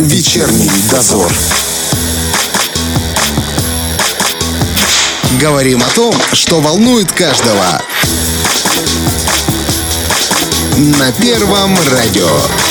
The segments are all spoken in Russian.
Вечерний дозор. Говорим о том, что волнует каждого. На Первом радио.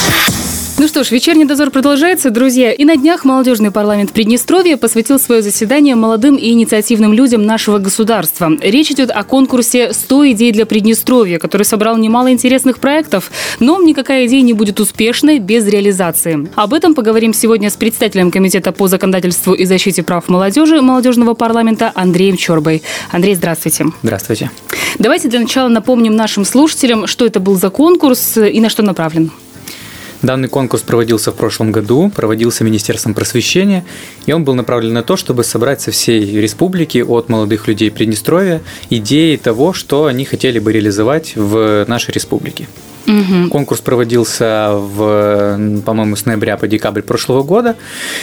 Ну что ж, вечерний дозор продолжается, друзья. И на днях молодежный парламент Приднестровья посвятил свое заседание молодым и инициативным людям нашего государства. Речь идет о конкурсе «100 идей для Приднестровья», который собрал немало интересных проектов, но никакая идея не будет успешной без реализации. Об этом поговорим сегодня с председателем Комитета по законодательству и защите прав молодежи молодежного парламента Андреем Чорбой. Андрей, здравствуйте. Здравствуйте. Давайте для начала напомним нашим слушателям, что это был за конкурс и на что направлен. Данный конкурс проводился в прошлом году, проводился Министерством просвещения, и он был направлен на то, чтобы собрать со всей республики от молодых людей Приднестровья идеи того, что они хотели бы реализовать в нашей республике. Угу. Конкурс проводился по-моему, с ноября по декабрь прошлого года,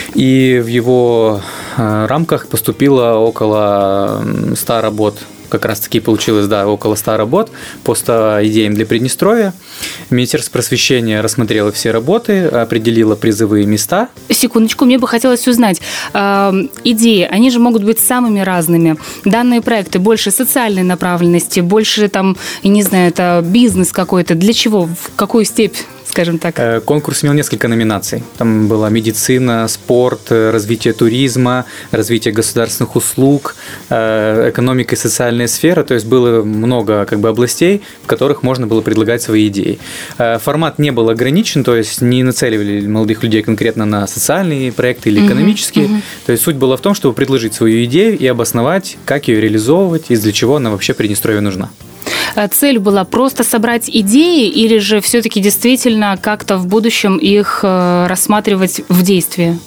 и в его рамках поступило около 100 работ. Как раз-таки получилось, около 100 работ по 100 идеям для Приднестровья. Министерство просвещения рассмотрело все работы, определило призовые места. Секундочку, мне бы хотелось узнать. Идеи, они же могут быть самыми разными. Данные проекты больше социальной направленности, больше это бизнес какой-то. Для чего? В какую степь? Скажем так. Конкурс имел несколько номинаций. Там была медицина, спорт, развитие туризма, развитие государственных услуг, экономика и социальная сфера. То есть было много областей, в которых можно было предлагать свои идеи. Формат не был ограничен, то есть не нацеливали молодых людей конкретно на социальные проекты или экономические. То есть суть была в том, чтобы предложить свою идею и обосновать, как ее реализовывать и для чего она вообще Приднестровью нужна. Цель была просто собрать идеи или же все-таки действительно как-то в будущем их рассматривать в действии?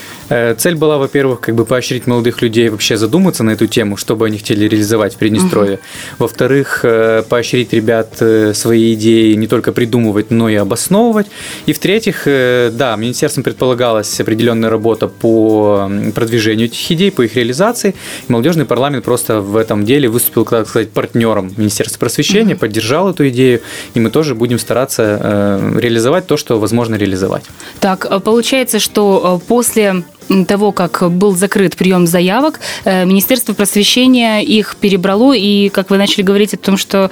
Цель была, во-первых, поощрить молодых людей вообще задуматься на эту тему, что бы они хотели реализовать в Приднестровье. Во-вторых, поощрить ребят свои идеи не только придумывать, но и обосновывать. И в-третьих, министерством предполагалась определенная работа по продвижению этих идей, по их реализации. И молодежный парламент просто в этом деле выступил, так сказать, партнером Министерства просвещения, поддержал эту идею, и мы тоже будем стараться реализовать то, что возможно реализовать. Так, получается, что после того, как был закрыт прием заявок, Министерство просвещения их перебрало, и, как вы начали говорить о том, что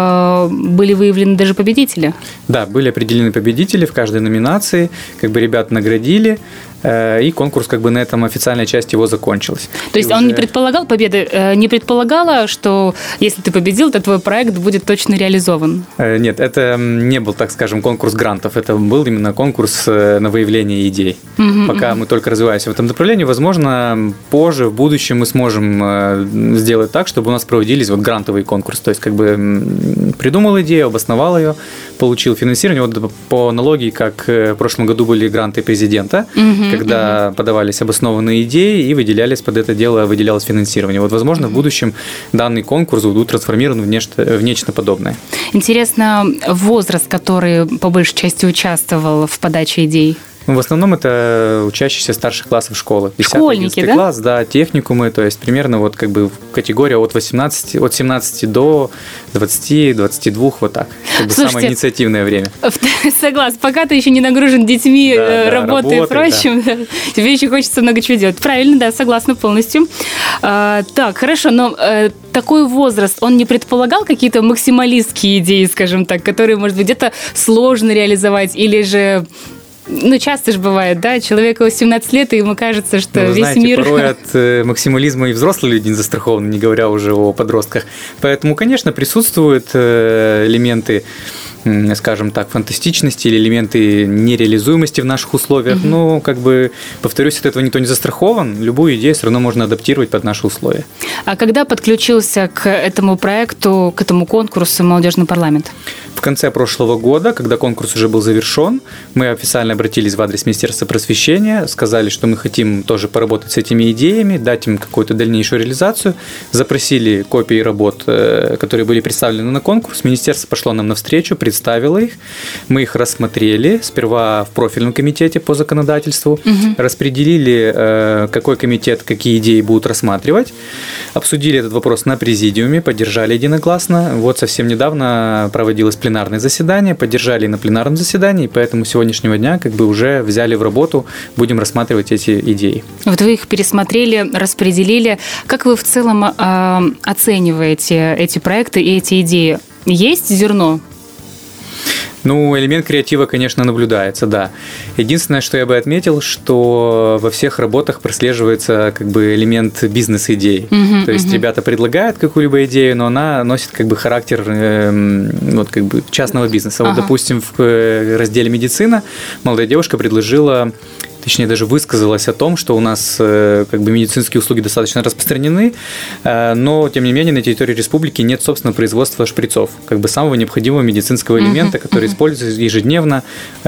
были выявлены даже победители. Да, были определены победители в каждой номинации, ребят наградили, и конкурс на этом официальная часть его закончилась. То есть он не предполагал победы, не предполагало, что если ты победил, то твой проект будет точно реализован? Нет, это не был, так скажем, конкурс грантов, это был именно конкурс на выявление идей. Пока мы только развиваемся в этом направлении, возможно, позже, в будущем мы сможем сделать так, чтобы у нас проводились грантовые конкурсы. То есть придумал идею, обосновал ее, получил финансирование. По аналогии, как в прошлом году были гранты президента, когда подавались обоснованные идеи и выделялось под это дело, выделялось финансирование. Возможно, в будущем данный конкурс будет трансформирован в нечто подобное. Интересно, возраст, который по большей части участвовал в подаче идей? В основном это учащиеся старших классов школы. 10-11 класс, техникумы, то есть примерно категория от 17 до 20-22, так. Слушайте, самое инициативное время. Согласна, пока ты еще не нагружен детьми, работой и прочим, тебе еще хочется много чего делать. Правильно, согласна полностью. Так, хорошо, но такой возраст, он не предполагал какие-то максималистские идеи, скажем так, которые, может быть, где-то сложно реализовать, или же... часто же бывает, человеку 18 лет, и ему кажется, что весь мир... Порой от максимализма и взрослые люди не застрахованы, не говоря уже о подростках. Поэтому, конечно, присутствуют элементы, скажем так, фантастичности или элементы нереализуемости в наших условиях. Но, повторюсь, от этого никто не застрахован. Любую идею все равно можно адаптировать под наши условия. А когда подключился к этому проекту, к этому конкурсу молодежный парламент? В конце прошлого года, когда конкурс уже был завершен, мы официально обратились в адрес Министерства просвещения, сказали, что мы хотим тоже поработать с этими идеями, дать им какую-то дальнейшую реализацию, запросили копии работ, которые были представлены на конкурс. Министерство пошло нам навстречу, представило их, мы их рассмотрели, сперва в профильном комитете по законодательству, распределили, какой комитет какие идеи будут рассматривать, обсудили этот вопрос на президиуме, поддержали единогласно. Совсем недавно проводилась пленарное заседание, поддержали на пленарном заседании, поэтому с сегодняшнего дня как бы уже взяли в работу, будем рассматривать эти идеи. Вот вы их пересмотрели, распределили. Как вы в целом оцениваете эти проекты и эти идеи? Есть зерно? Ну, элемент креатива, конечно, наблюдается, да. Единственное, что я бы отметил, что во всех работах прослеживается как бы элемент бизнес-идей. То есть ребята предлагают какую-либо идею, но она носит как бы характер вот как бы частного бизнеса. Вот, допустим, в разделе «Медицина» молодая девушка предложила, точнее, даже высказалась о том, что у нас как бы медицинские услуги достаточно распространены, но, тем не менее, на территории республики нет собственного производства шприцов, как бы самого необходимого медицинского элемента, который используется ежедневно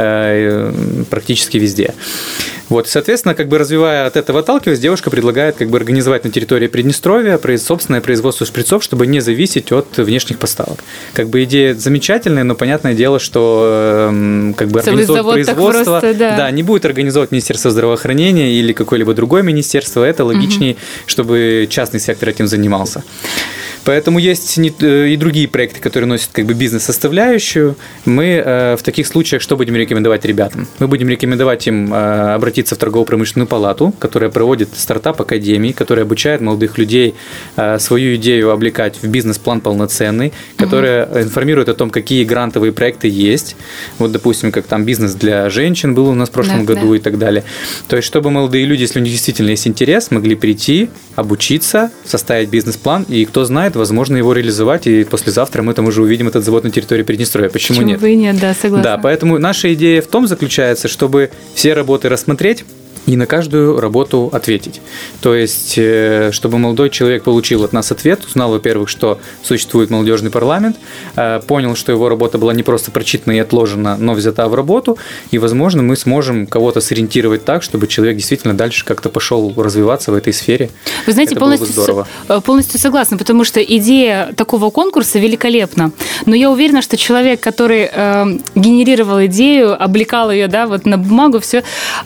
практически везде. Вот, соответственно, как бы развивая от этого, отталкиваясь, девушка предлагает как бы организовать на территории Приднестровья собственное производство шприцов, чтобы не зависеть от внешних поставок. Как бы идея замечательная, но понятное дело, что как бы организовать производство, да, не будет организовывать Министерство здравоохранения или какое-либо другое министерство, это логичнее, чтобы частный сектор этим занимался. Поэтому есть и другие проекты, которые носят как бы бизнес-составляющую. Мы в таких случаях что будем рекомендовать ребятам? Мы будем рекомендовать им обратиться в торгово-промышленную палату, которая проводит стартап-академии, которая обучает молодых людей свою идею облекать в бизнес-план полноценный, которая информирует о том, какие грантовые проекты есть. Вот, допустим, как там бизнес для женщин был у нас в прошлом году и так далее. То есть, чтобы молодые люди, если у них действительно есть интерес, могли прийти, обучиться, составить бизнес-план, и кто знает, возможно его реализовать, и послезавтра мы там уже увидим этот завод на территории Приднестровья. Почему нет? Почему бы нет, да, согласна. Да, поэтому наша идея в том заключается, чтобы все работы рассмотреть и на каждую работу ответить. То есть, чтобы молодой человек получил от нас ответ, узнал, во-первых, что существует молодежный парламент, понял, что его работа была не просто прочитана и отложена, но взята в работу, и, возможно, мы сможем кого-то сориентировать так, чтобы человек действительно дальше как-то пошел развиваться в этой сфере. Вы знаете, полностью согласна, потому что идея такого конкурса великолепна. Но я уверена, что человек, который генерировал идею, облекал ее, да, вот на бумагу, все,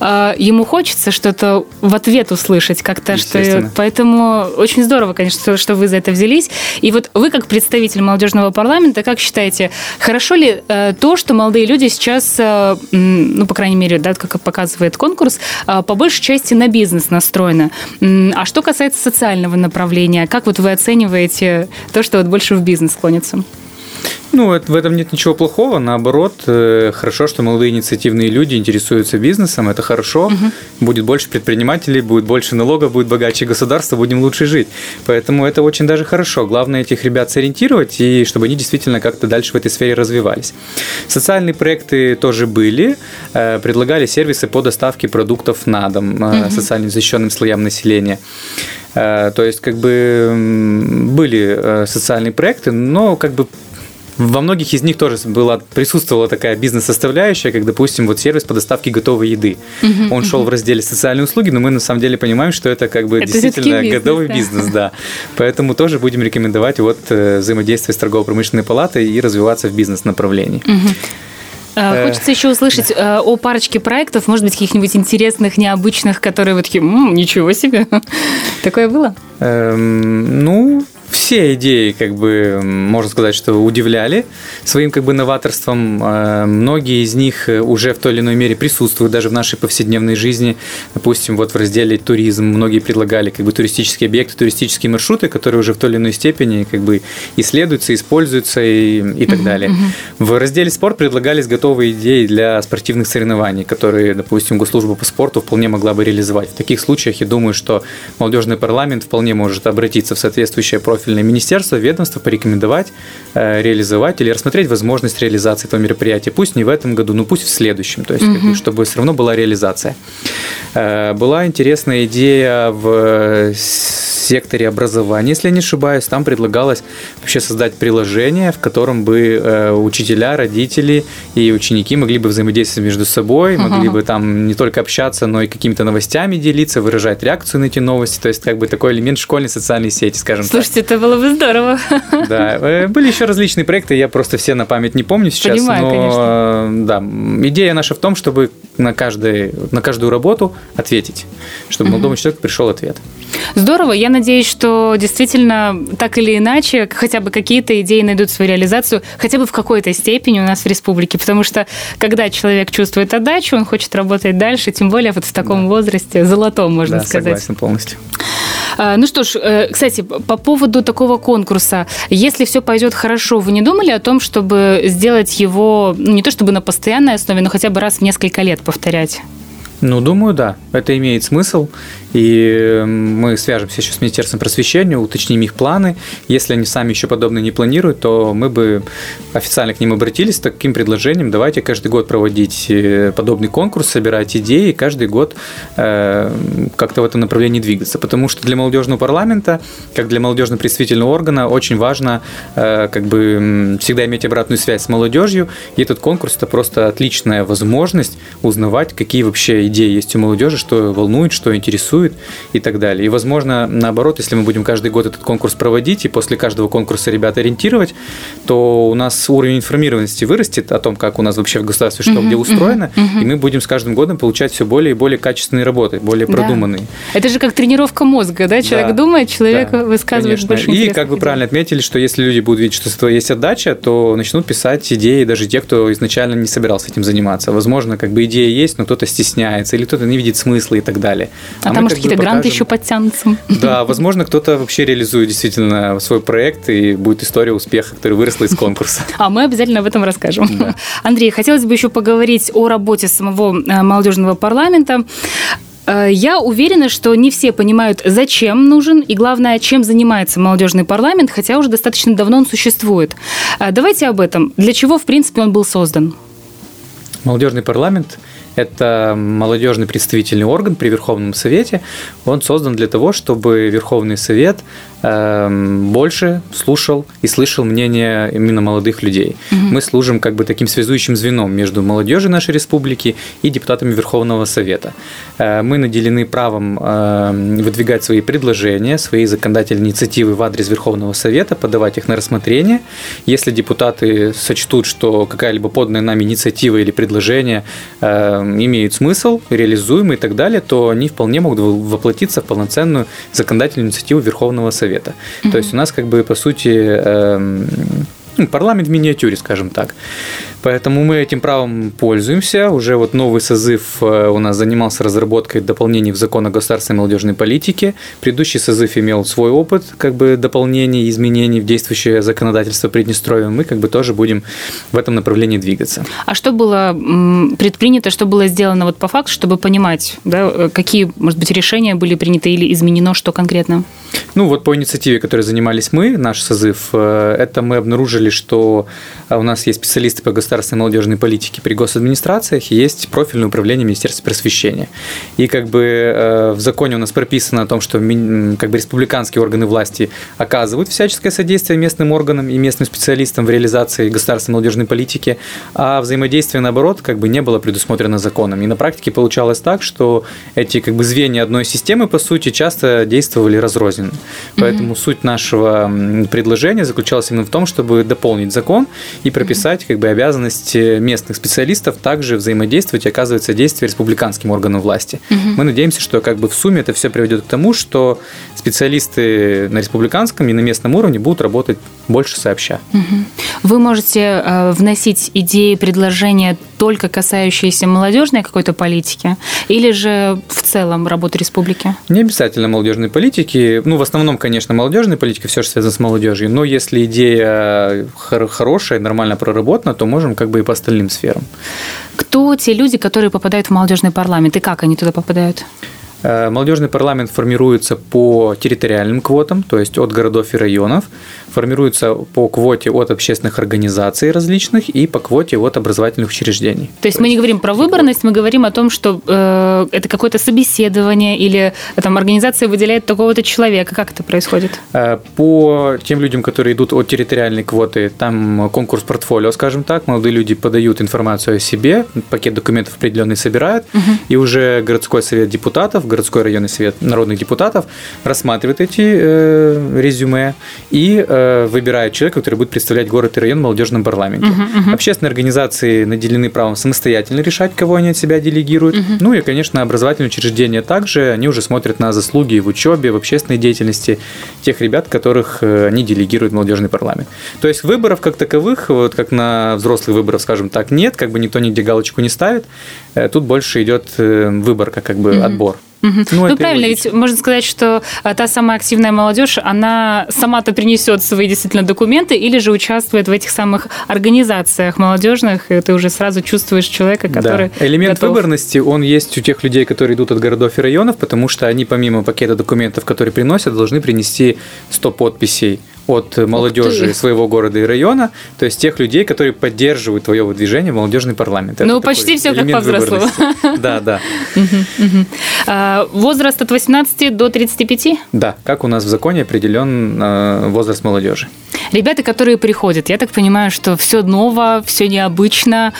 ему хочется что-то в ответ услышать как-то, что, поэтому очень здорово, конечно, что вы за это взялись. И вот вы, как представитель молодежного парламента, как считаете, хорошо ли то, что молодые люди сейчас, ну, по крайней мере, да, как показывает конкурс, по большей части на бизнес настроены? А что касается социального направления, как вот вы оцениваете то, что вот больше в бизнес склонится? Ну, в этом нет ничего плохого, наоборот, хорошо, что молодые инициативные люди интересуются бизнесом, это хорошо, будет больше предпринимателей, будет больше налогов, будет богаче государство, будем лучше жить, поэтому это очень даже хорошо, главное этих ребят сориентировать, и чтобы они действительно как-то дальше в этой сфере развивались. Социальные проекты тоже были, предлагали сервисы по доставке продуктов на дом социально защищенным слоям населения. То есть, как бы, были социальные проекты, но, как бы, во многих из них тоже присутствовала такая бизнес-составляющая, как, допустим, вот сервис по доставке готовой еды. Он шел в разделе «Социальные услуги», но мы на самом деле понимаем, что это как бы это действительно бизнес, готовый бизнес, да. Поэтому тоже будем рекомендовать вот взаимодействие с торгово-промышленной палатой и развиваться в бизнес-направлении. Хочется еще услышать о парочке проектов, может быть, каких-нибудь интересных, необычных, которые вы такие, ничего себе. Такое было? Ну, все идеи, как бы, можно сказать, что удивляли своим как бы новаторством. Многие из них уже в той или иной мере присутствуют даже в нашей повседневной жизни. Допустим, вот в разделе «Туризм» многие предлагали как бы туристические объекты, туристические маршруты, которые уже в той или иной степени как бы исследуются, используются и так далее. В разделе «Спорт» предлагались готовые идеи для спортивных соревнований, которые, допустим, Госслужба по спорту вполне могла бы реализовать. В таких случаях я думаю, что молодежный парламент вполне может обратиться в соответствующее профильное министерство, ведомство, порекомендовать, реализовать или рассмотреть возможность реализации этого мероприятия. Пусть не в этом году, но пусть в следующем, то есть, как бы, чтобы все равно была реализация. Была интересная идея в секторе образования, если я не ошибаюсь, там предлагалось вообще создать приложение, в котором бы учителя, родители и ученики могли бы взаимодействовать между собой, могли бы там не только общаться, но и какими-то новостями делиться, выражать реакцию на эти новости, то есть как бы такой элемент школьной социальной сети, скажем так. Слушайте, это было бы здорово. Да, были еще различные проекты, я просто все на память не помню сейчас. Понимаю, но конечно. Да, идея наша в том, чтобы на каждую работу ответить, чтобы молодому человеку пришел ответ. Здорово. Я надеюсь, что действительно так или иначе хотя бы какие-то идеи найдут свою реализацию хотя бы в какой-то степени у нас в республике, потому что когда человек чувствует отдачу, он хочет работать дальше, тем более вот в таком возрасте, золотом, можно сказать. Согласен полностью. Ну что ж, кстати, по поводу такого конкурса, если все пойдет хорошо, вы не думали о том, чтобы сделать его, не то чтобы на постоянной основе, но хотя бы раз в несколько лет повторять? Думаю, да, это имеет смысл, и мы свяжемся еще с Министерством просвещения, уточним их планы. Если они сами еще подобное не планируют, то мы бы официально к ним обратились с таким предложением: давайте каждый год проводить подобный конкурс, собирать идеи, и каждый год как-то в этом направлении двигаться. Потому что для молодежного парламента, как для молодежно-представительного органа, очень важно всегда иметь обратную связь с молодежью, и этот конкурс – это просто отличная возможность узнавать, какие вообще идеи есть у молодежи, что волнует, что интересует и так далее. И, возможно, наоборот, если мы будем каждый год этот конкурс проводить и после каждого конкурса ребят ориентировать, то у нас уровень информированности вырастет о том, как у нас вообще в государстве что где устроено, и мы будем с каждым годом получать все более и более качественные работы, более продуманные. Это же как тренировка мозга, да? Человек думает, человек высказывает конечно. больше интересных. И, как вы правильно отметили, что если люди будут видеть, что с этого есть отдача, то начнут писать идеи даже те, кто изначально не собирался этим заниматься. Возможно, идея есть, но кто-то стесняется, или кто-то не видит смысла и так далее. А там, может, какие-то гранты еще подтянутся. Да, возможно, кто-то вообще реализует действительно свой проект, и будет история успеха, которая выросла из конкурса. А мы обязательно об этом расскажем. Да. Андрей, хотелось бы еще поговорить о работе самого молодежного парламента. Я уверена, что не все понимают, зачем нужен и, главное, чем занимается молодежный парламент, хотя уже достаточно давно он существует. Давайте об этом. Для чего, в принципе, он был создан? Молодежный парламент – это молодежный представительный орган при Верховном Совете. Он создан для того, чтобы Верховный Совет больше слушал и слышал мнение именно молодых людей. Мы служим таким связующим звеном между молодежью нашей республики и депутатами Верховного Совета. Мы наделены правом выдвигать свои предложения, свои законодательные инициативы в адрес Верховного Совета, подавать их на рассмотрение. Если депутаты сочтут, что какая-либо поданная нами инициатива или предложение имеют смысл, реализуемы и так далее, то они вполне могут воплотиться в полноценную законодательную инициативу Верховного Совета. То есть у нас по сути парламент в миниатюре, скажем так. Поэтому мы этим правом пользуемся. Уже новый созыв у нас занимался разработкой дополнений в закон о государственной молодежной политике. Предыдущий созыв имел свой опыт дополнений, изменений в действующее законодательство Приднестровья. Мы тоже будем в этом направлении двигаться. А что было предпринято, что было сделано по факту, чтобы понимать, какие, может быть, решения были приняты или изменено, что конкретно? По инициативе, которой занимались мы, наш созыв, это мы обнаружили, что у нас есть специалисты по государственной молодежной политике при госадминистрациях, есть профильное управление Министерства просвещения. И в законе у нас прописано о том, что республиканские органы власти оказывают всяческое содействие местным органам и местным специалистам в реализации государственной молодежной политики, а взаимодействие, наоборот, не было предусмотрено законом. И на практике получалось так, что эти звенья одной системы, по сути, часто действовали разрозненно. Поэтому суть нашего предложения заключалась именно в том, чтобы дополнить закон и прописать обязанность местных специалистов также взаимодействовать и оказывать содействие республиканским органам власти. Мы надеемся, что в сумме это все приведет к тому, что специалисты на республиканском и на местном уровне будут работать больше сообща. Вы можете вносить идеи, предложения только касающиеся молодежной какой-то политики или же в целом работы республики? Не обязательно молодежной политики. В основном, конечно, молодежная политика, все, что связано с молодежью. Но если идея хорошая, нормально проработана, то можем и по остальным сферам. Кто те люди, которые попадают в молодежный парламент, и как они туда попадают? Молодежный парламент формируется по территориальным квотам, то есть от городов и районов, формируется по квоте от общественных организаций различных и по квоте от образовательных учреждений. То есть мы не говорим про выборность, мы говорим о том, что это какое-то собеседование или организация выделяет такого-то человека. Как это происходит? По тем людям, которые идут от территориальной квоты, там конкурс портфолио, скажем так, молодые люди подают информацию о себе, пакет документов определенный собирают, и уже городской совет депутатов, городской районный совет народных депутатов рассматривает эти резюме и выбирает человека, который будет представлять город и район в молодежном парламенте. Общественные организации наделены правом самостоятельно решать, кого они от себя делегируют. Ну и, конечно, образовательные учреждения также, они уже смотрят на заслуги в учебе, в общественной деятельности тех ребят, которых они делегируют в молодежный парламент. То есть выборов как таковых, вот как на взрослых выборах, скажем так, нет, как бы никто нигде галочку не ставит. Тут больше идет выборка, как бы отбор. Ну правильно, ведь можно сказать, что та самая активная молодежь, она сама-то принесет свои действительно документы или же участвует в этих самых организациях молодежных, и ты уже сразу чувствуешь человека, который Элемент готов. выборности, он есть у тех людей, которые идут от городов и районов, потому что они помимо пакета документов, которые приносят, должны принести 100 подписей от молодежи своего города и района, то есть тех людей, которые поддерживают твое выдвижение в молодежный парламент. Это ну, почти все как по-взрослому. Да. Возраст от 18 до 35? Да, как у нас в законе определен возраст молодежи. Ребята, которые приходят, я так понимаю, что все ново, все необычно,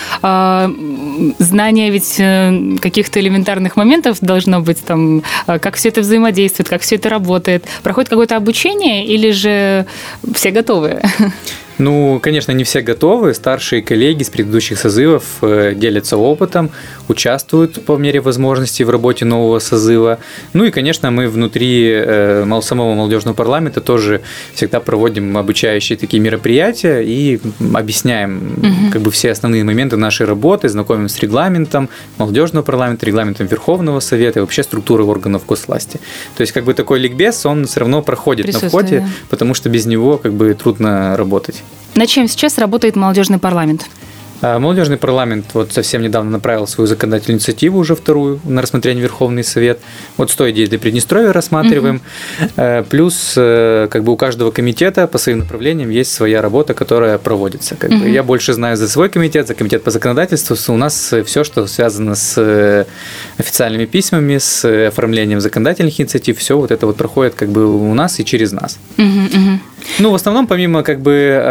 знание ведь каких-то элементарных моментов должно быть, там, как все это взаимодействует, как все это работает. Проходит какое-то обучение или же все готовы? Ну, конечно, не все готовы. Старшие коллеги с предыдущих созывов делятся опытом, участвуют по мере возможности в работе нового созыва. Ну и, конечно, мы внутри самого молодежного парламента тоже всегда проводим обучающие такие мероприятия и объясняем как бы все основные моменты нашей работы, знакомим с регламентом молодежного парламента, регламентом Верховного Совета и вообще структурой органов госвласти. То есть, как бы такой ликбез, он все равно проходит на входе, потому что без него как бы трудно работать. Над чем сейчас работает молодежный парламент? Молодежный парламент вот совсем недавно направил свою законодательную инициативу, уже вторую, на рассмотрение Верховный Совет. Вот 100 идей для Приднестровья рассматриваем. Плюс как бы у каждого комитета по своим направлениям есть своя работа, которая проводится. Как бы я больше знаю за свой комитет, за комитет по законодательству. У нас все, что связано с официальными письмами, с оформлением законодательных инициатив, все вот это вот проходит как бы у нас и через нас. Ну, в основном, помимо как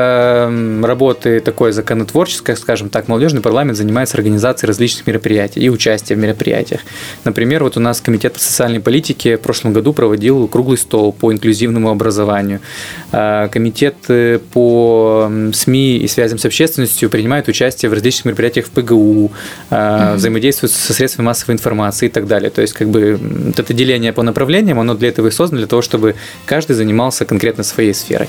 бы работы такой законотворческой, скажем так, молодежный парламент занимается организацией различных мероприятий и участием в мероприятиях. Например, вот у нас Комитет по социальной политике в прошлом году проводил круглый стол по инклюзивному образованию. Комитет по СМИ и связям с общественностью принимает участие в различных мероприятиях в ПГУ, взаимодействует со средствами массовой информации и так далее. То есть, как бы вот это деление по направлениям, оно для этого и создано, для того, чтобы каждый занимался конкретно своей сферой.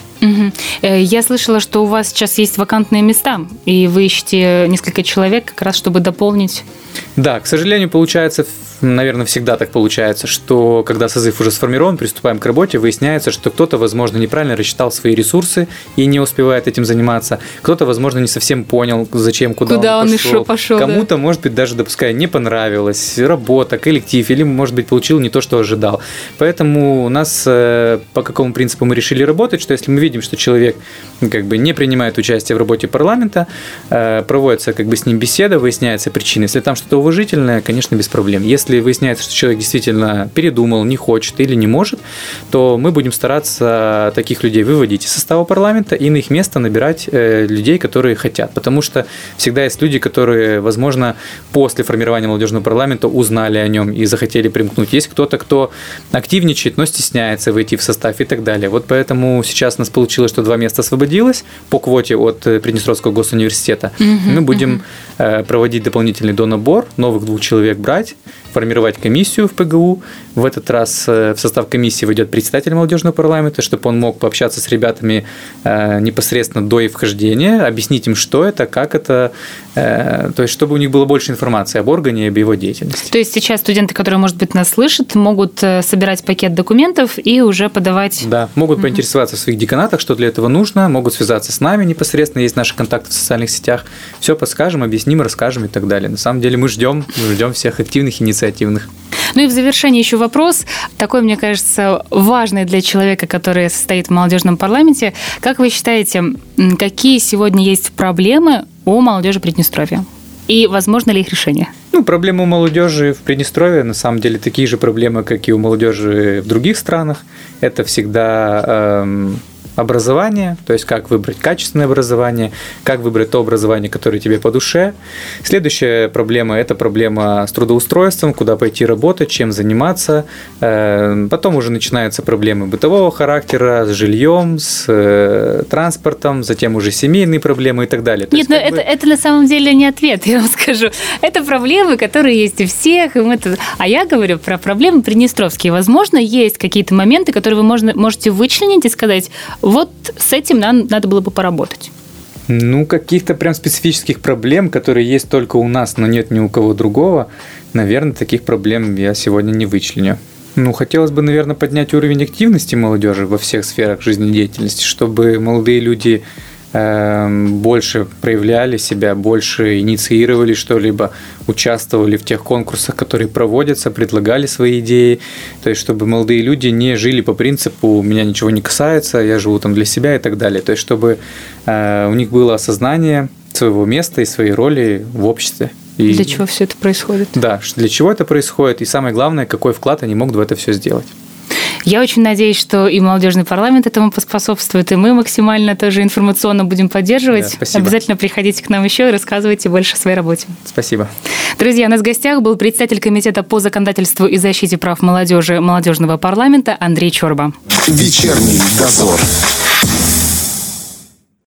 Я слышала, что у вас сейчас есть вакантные места, и вы ищете несколько человек как раз, чтобы дополнить. Да, к сожалению, получается, наверное, всегда так получается, что когда созыв уже сформирован, приступаем к работе, выясняется, что кто-то, возможно, неправильно рассчитал свои ресурсы и не успевает этим заниматься, кто-то, возможно, не совсем понял, зачем, куда он пошел. Кому-то, может быть, даже, допускай, не понравилась работа, коллектив, или, может быть, получил не то, что ожидал. Поэтому у нас по какому принципу мы решили работать, что если мы видим, что человек как бы не принимает участие в работе парламента, проводится как бы с ним беседа, выясняется причина. Если там что-то уважительное, конечно, без проблем. Если выясняется, что человек действительно передумал, не хочет или не может, то мы будем стараться таких людей выводить из состава парламента и на их место набирать людей, которые хотят. Потому что всегда есть люди, которые, возможно, после формирования молодежного парламента узнали о нем и захотели примкнуть. Есть кто-то, кто активничает, но стесняется войти в состав и так далее. Вот поэтому сейчас у нас получилось, что 2 места освободилось по квоте от Приднестровского госуниверситета. Мы будем проводить дополнительный донабор, новых 2 человек брать, формировать комиссию в ПГУ. В этот раз в состав комиссии войдет председатель молодежного парламента, чтобы он мог пообщаться с ребятами непосредственно до их вхождения, объяснить им, что это, как это, то есть чтобы у них было больше информации об органе и об его деятельности. То есть сейчас студенты, которые, может быть, нас слышат, могут собирать пакет документов и уже подавать... Да, могут поинтересоваться в своих деканатах, что для этого нужно, могут связаться с нами непосредственно, есть наши контакты в социальных сетях, все подскажем, объясним, расскажем и так далее. На самом деле мы ждем всех активных, инициативных. Ну и в завершении еще вопрос, такой, мне кажется, важный для человека, который состоит в молодежном парламенте. Как вы считаете, какие сегодня есть проблемы у молодежи Приднестровья? И возможно ли их решение? Ну, проблемы у молодежи в Приднестровье на самом деле такие же проблемы, как и у молодежи в других странах. Это всегда образование, то есть как выбрать качественное образование, как выбрать то образование, которое тебе по душе. Следующая проблема – это проблема с трудоустройством, куда пойти работать, чем заниматься. Потом уже начинаются проблемы бытового характера, с жильем, с транспортом, затем уже семейные проблемы и так далее. Нет, но это на самом деле не ответ, я вам скажу. Это проблемы, которые есть у всех. А я говорю про проблемы приднестровские. Возможно, есть какие-то моменты, которые вы можете вычленить и сказать, вот с этим нам надо было бы поработать. Ну, каких-то прям специфических проблем, которые есть только у нас, но нет ни у кого другого, наверное, таких проблем я сегодня не вычленю. Ну, хотелось бы, наверное, поднять уровень активности молодежи во всех сферах жизнедеятельности, чтобы молодые люди больше проявляли себя, больше инициировали что-либо, участвовали в тех конкурсах, которые проводятся, предлагали свои идеи. То есть, чтобы молодые люди не жили по принципу «меня ничего не касается, я живу там для себя» и так далее. То есть, чтобы у них было осознание своего места и своей роли в обществе. И для чего все это происходит? Да, для чего это происходит, и самое главное, какой вклад они могут в это все сделать. Я очень надеюсь, что и молодежный парламент этому поспособствует, и мы максимально тоже информационно будем поддерживать. Да, спасибо. Обязательно приходите к нам еще и рассказывайте больше о своей работе. Спасибо. Друзья, у нас в гостях был председатель комитета по законодательству и защите прав молодежи молодежного парламента Андрей Чорба. Вечерний дозор.